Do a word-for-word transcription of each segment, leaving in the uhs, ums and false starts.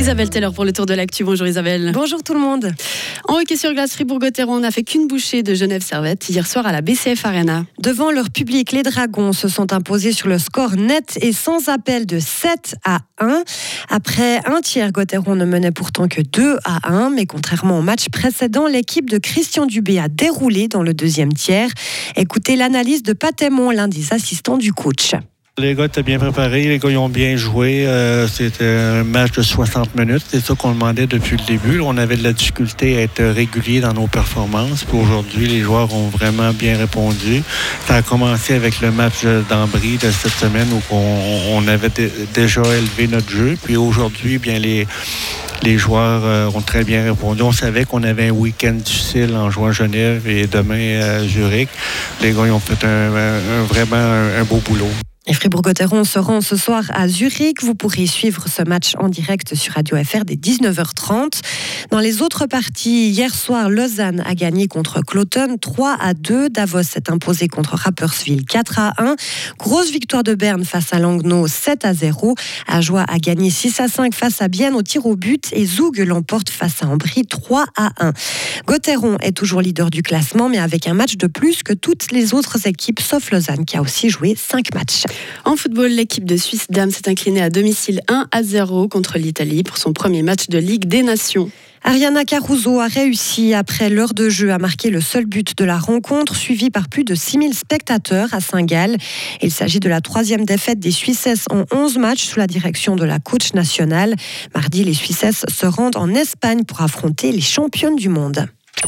Isabelle Taylor pour le tour de l'actu. Bonjour Isabelle. Bonjour tout le monde. En hockey sur glace, Fribourg-Gotteron n'a fait qu'une bouchée de Genève Servette hier soir à la B C F Arena. Devant leur public, les Dragons se sont imposés sur le score net et sans appel de sept à un. Après un tiers, Gotteron ne menait pourtant que deux à un, mais contrairement au match précédent, l'équipe de Christian Dubé a déroulé dans le deuxième tiers. Écoutez l'analyse de Patémon, l'un des assistants du coach. Les gars étaient bien préparés, les gars ils ont bien joué. Euh, c'était un match de soixante minutes. C'est ça qu'on demandait depuis le début. On avait de la difficulté à être régulier dans nos performances. Puis aujourd'hui, les joueurs ont vraiment bien répondu. Ça a commencé avec le match d'Ambry de cette semaine où on, on avait d- déjà élevé notre jeu. Puis aujourd'hui, bien les Les joueurs euh, ont très bien répondu. On savait qu'on avait un week-end difficile en jouant Genève et demain à Zurich. Les gars ils ont fait un, un, un, vraiment un, un beau boulot. Et Fribourg-Gotteron se rend ce soir à Zurich. Vous pourrez suivre ce match en direct sur Radio F R dès dix-neuf heures trente. Dans les autres parties, hier soir, Lausanne a gagné contre Cloton trois à deux. Davos s'est imposé contre Rapperswil quatre à un. Grosse victoire de Berne face à Langnau sept à zéro. Ajoie a gagné six à cinq face à Bienne au tir au but. Et Zoug l'emporte face à Ambry trois à un. Gotteron est toujours leader du classement, mais avec un match de plus que toutes les autres équipes, sauf Lausanne qui a aussi joué cinq matchs. En football, l'équipe de Suisse Dames s'est inclinée à domicile un à zéro contre l'Italie pour son premier match de Ligue des Nations. Ariana Caruso a réussi après l'heure de jeu à marquer le seul but de la rencontre, suivi par plus de six mille spectateurs à Saint-Gall. Il s'agit de la troisième défaite des Suissesses en onze matchs sous la direction de la coach nationale. Mardi, les Suissesses se rendent en Espagne pour affronter les championnes du monde.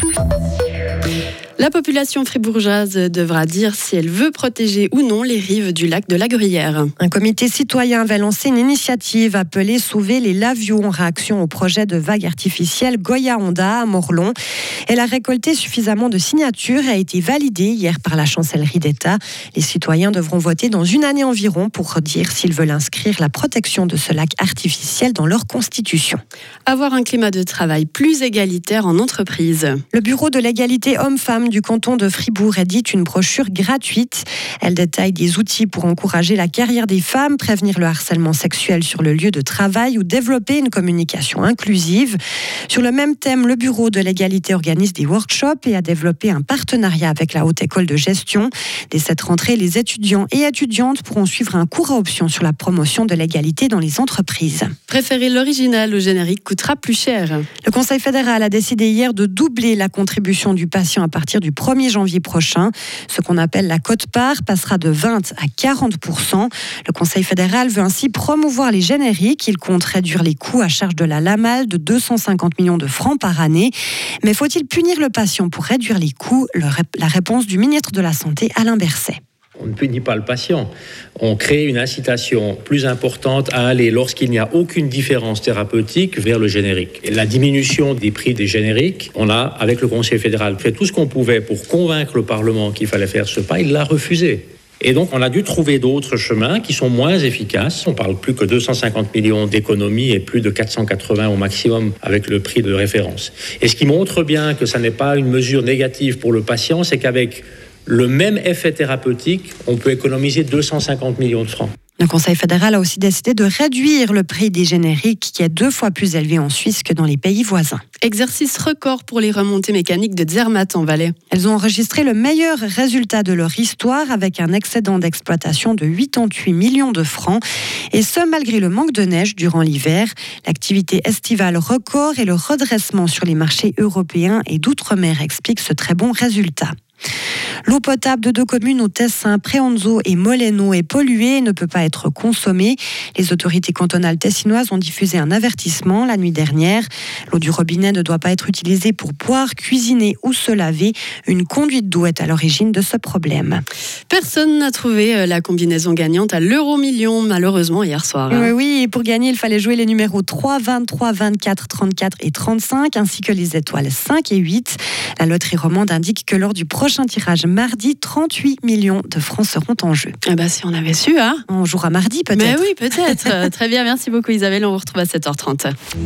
La population fribourgeoise devra dire si elle veut protéger ou non les rives du lac de la Gruyère. Un comité citoyen avait lancé une initiative appelée « Sauver les laviaux » en réaction au projet de vague artificielle Goya-Honda à Morlon. Elle a récolté suffisamment de signatures et a été validée hier par la chancellerie d'État. Les citoyens devront voter dans une année environ pour dire s'ils veulent inscrire la protection de ce lac artificiel dans leur constitution. Avoir un climat de travail plus égalitaire en entreprise. Le bureau de l'égalité homme-femme du canton de Fribourg édite une brochure gratuite. Elle détaille des outils pour encourager la carrière des femmes, prévenir le harcèlement sexuel sur le lieu de travail ou développer une communication inclusive. Sur le même thème, le bureau de l'égalité organise des workshops et a développé un partenariat avec la Haute École de Gestion. Dès cette rentrée, les étudiants et étudiantes pourront suivre un cours à option sur la promotion de l'égalité dans les entreprises. Préférer l'original au générique coûtera plus cher. Le Conseil fédéral a décidé hier de doubler la contribution du patient à partir du premier janvier prochain. Ce qu'on appelle la quote-part passera de vingt à quarante pour cent. Le Conseil fédéral veut ainsi promouvoir les génériques. Il compte réduire les coûts à charge de la LAMAL de deux cent cinquante millions de francs par année. Mais faut-il punir le patient pour réduire les coûts ? La réponse du ministre de la Santé, Alain Berset. On ne punit pas le patient. On crée une incitation plus importante à aller, lorsqu'il n'y a aucune différence thérapeutique, vers le générique. Et la diminution des prix des génériques, on a, avec le Conseil fédéral, fait tout ce qu'on pouvait pour convaincre le Parlement qu'il fallait faire ce pas. Il l'a refusé. Et donc, on a dû trouver d'autres chemins qui sont moins efficaces. On parle plus que deux cent cinquante millions d'économies et plus de quatre cent quatre-vingts au maximum avec le prix de référence. Et ce qui montre bien que ça n'est pas une mesure négative pour le patient, c'est qu'avec le même effet thérapeutique, on peut économiser deux cent cinquante millions de francs. Le Conseil fédéral a aussi décidé de réduire le prix des génériques qui est deux fois plus élevé en Suisse que dans les pays voisins. Exercice record pour les remontées mécaniques de Zermatt en Valais. Elles ont enregistré le meilleur résultat de leur histoire avec un excédent d'exploitation de quatre-vingt-huit millions de francs. Et ce, malgré le manque de neige durant l'hiver. L'activité estivale record et le redressement sur les marchés européens et d'outre-mer expliquent ce très bon résultat. L'eau potable de deux communes au Tessin, Préanzo et Moleno est polluée et ne peut pas être consommée. Les autorités cantonales tessinoises ont diffusé un avertissement la nuit dernière. L'eau du robinet ne doit pas être utilisée pour boire, cuisiner ou se laver. Une conduite d'eau est à l'origine de ce problème. Personne n'a trouvé la combinaison gagnante à l'euro-million, malheureusement, hier soir. Oui, oui, et pour gagner, il fallait jouer les numéros trois, vingt-trois, vingt-quatre, trente-quatre et trente-cinq, ainsi que les étoiles cinq et huit. La loterie romande indique que lors du prochain tirage mardi, trente-huit millions de francs seront en jeu. Eh ben, si on avait su, hein. On jouera mardi peut-être. Mais oui, peut-être. Très bien, merci beaucoup Isabelle, on vous retrouve à sept heures trente.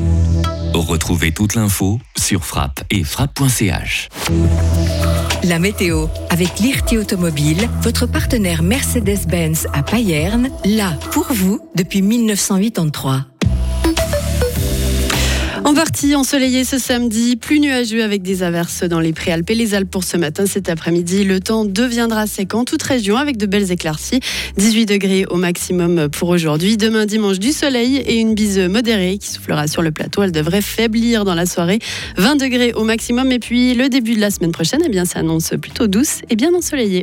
Retrouvez toute l'info sur frappe et frappe point c h. La météo, avec Lirti Automobile, votre partenaire Mercedes-Benz à Payerne, là pour vous depuis mille neuf cent quatre-vingt-treize. En partie ensoleillé ce samedi, plus nuageux avec des averses dans les Préalpes et les Alpes pour ce matin. Cet après-midi, le temps deviendra sec en toute région avec de belles éclaircies. dix-huit degrés au maximum pour aujourd'hui. Demain dimanche, du soleil et une bise modérée qui soufflera sur le plateau. Elle devrait faiblir dans la soirée. vingt degrés au maximum. Et puis le début de la semaine prochaine, eh bien, s'annonce plutôt douce et bien ensoleillée.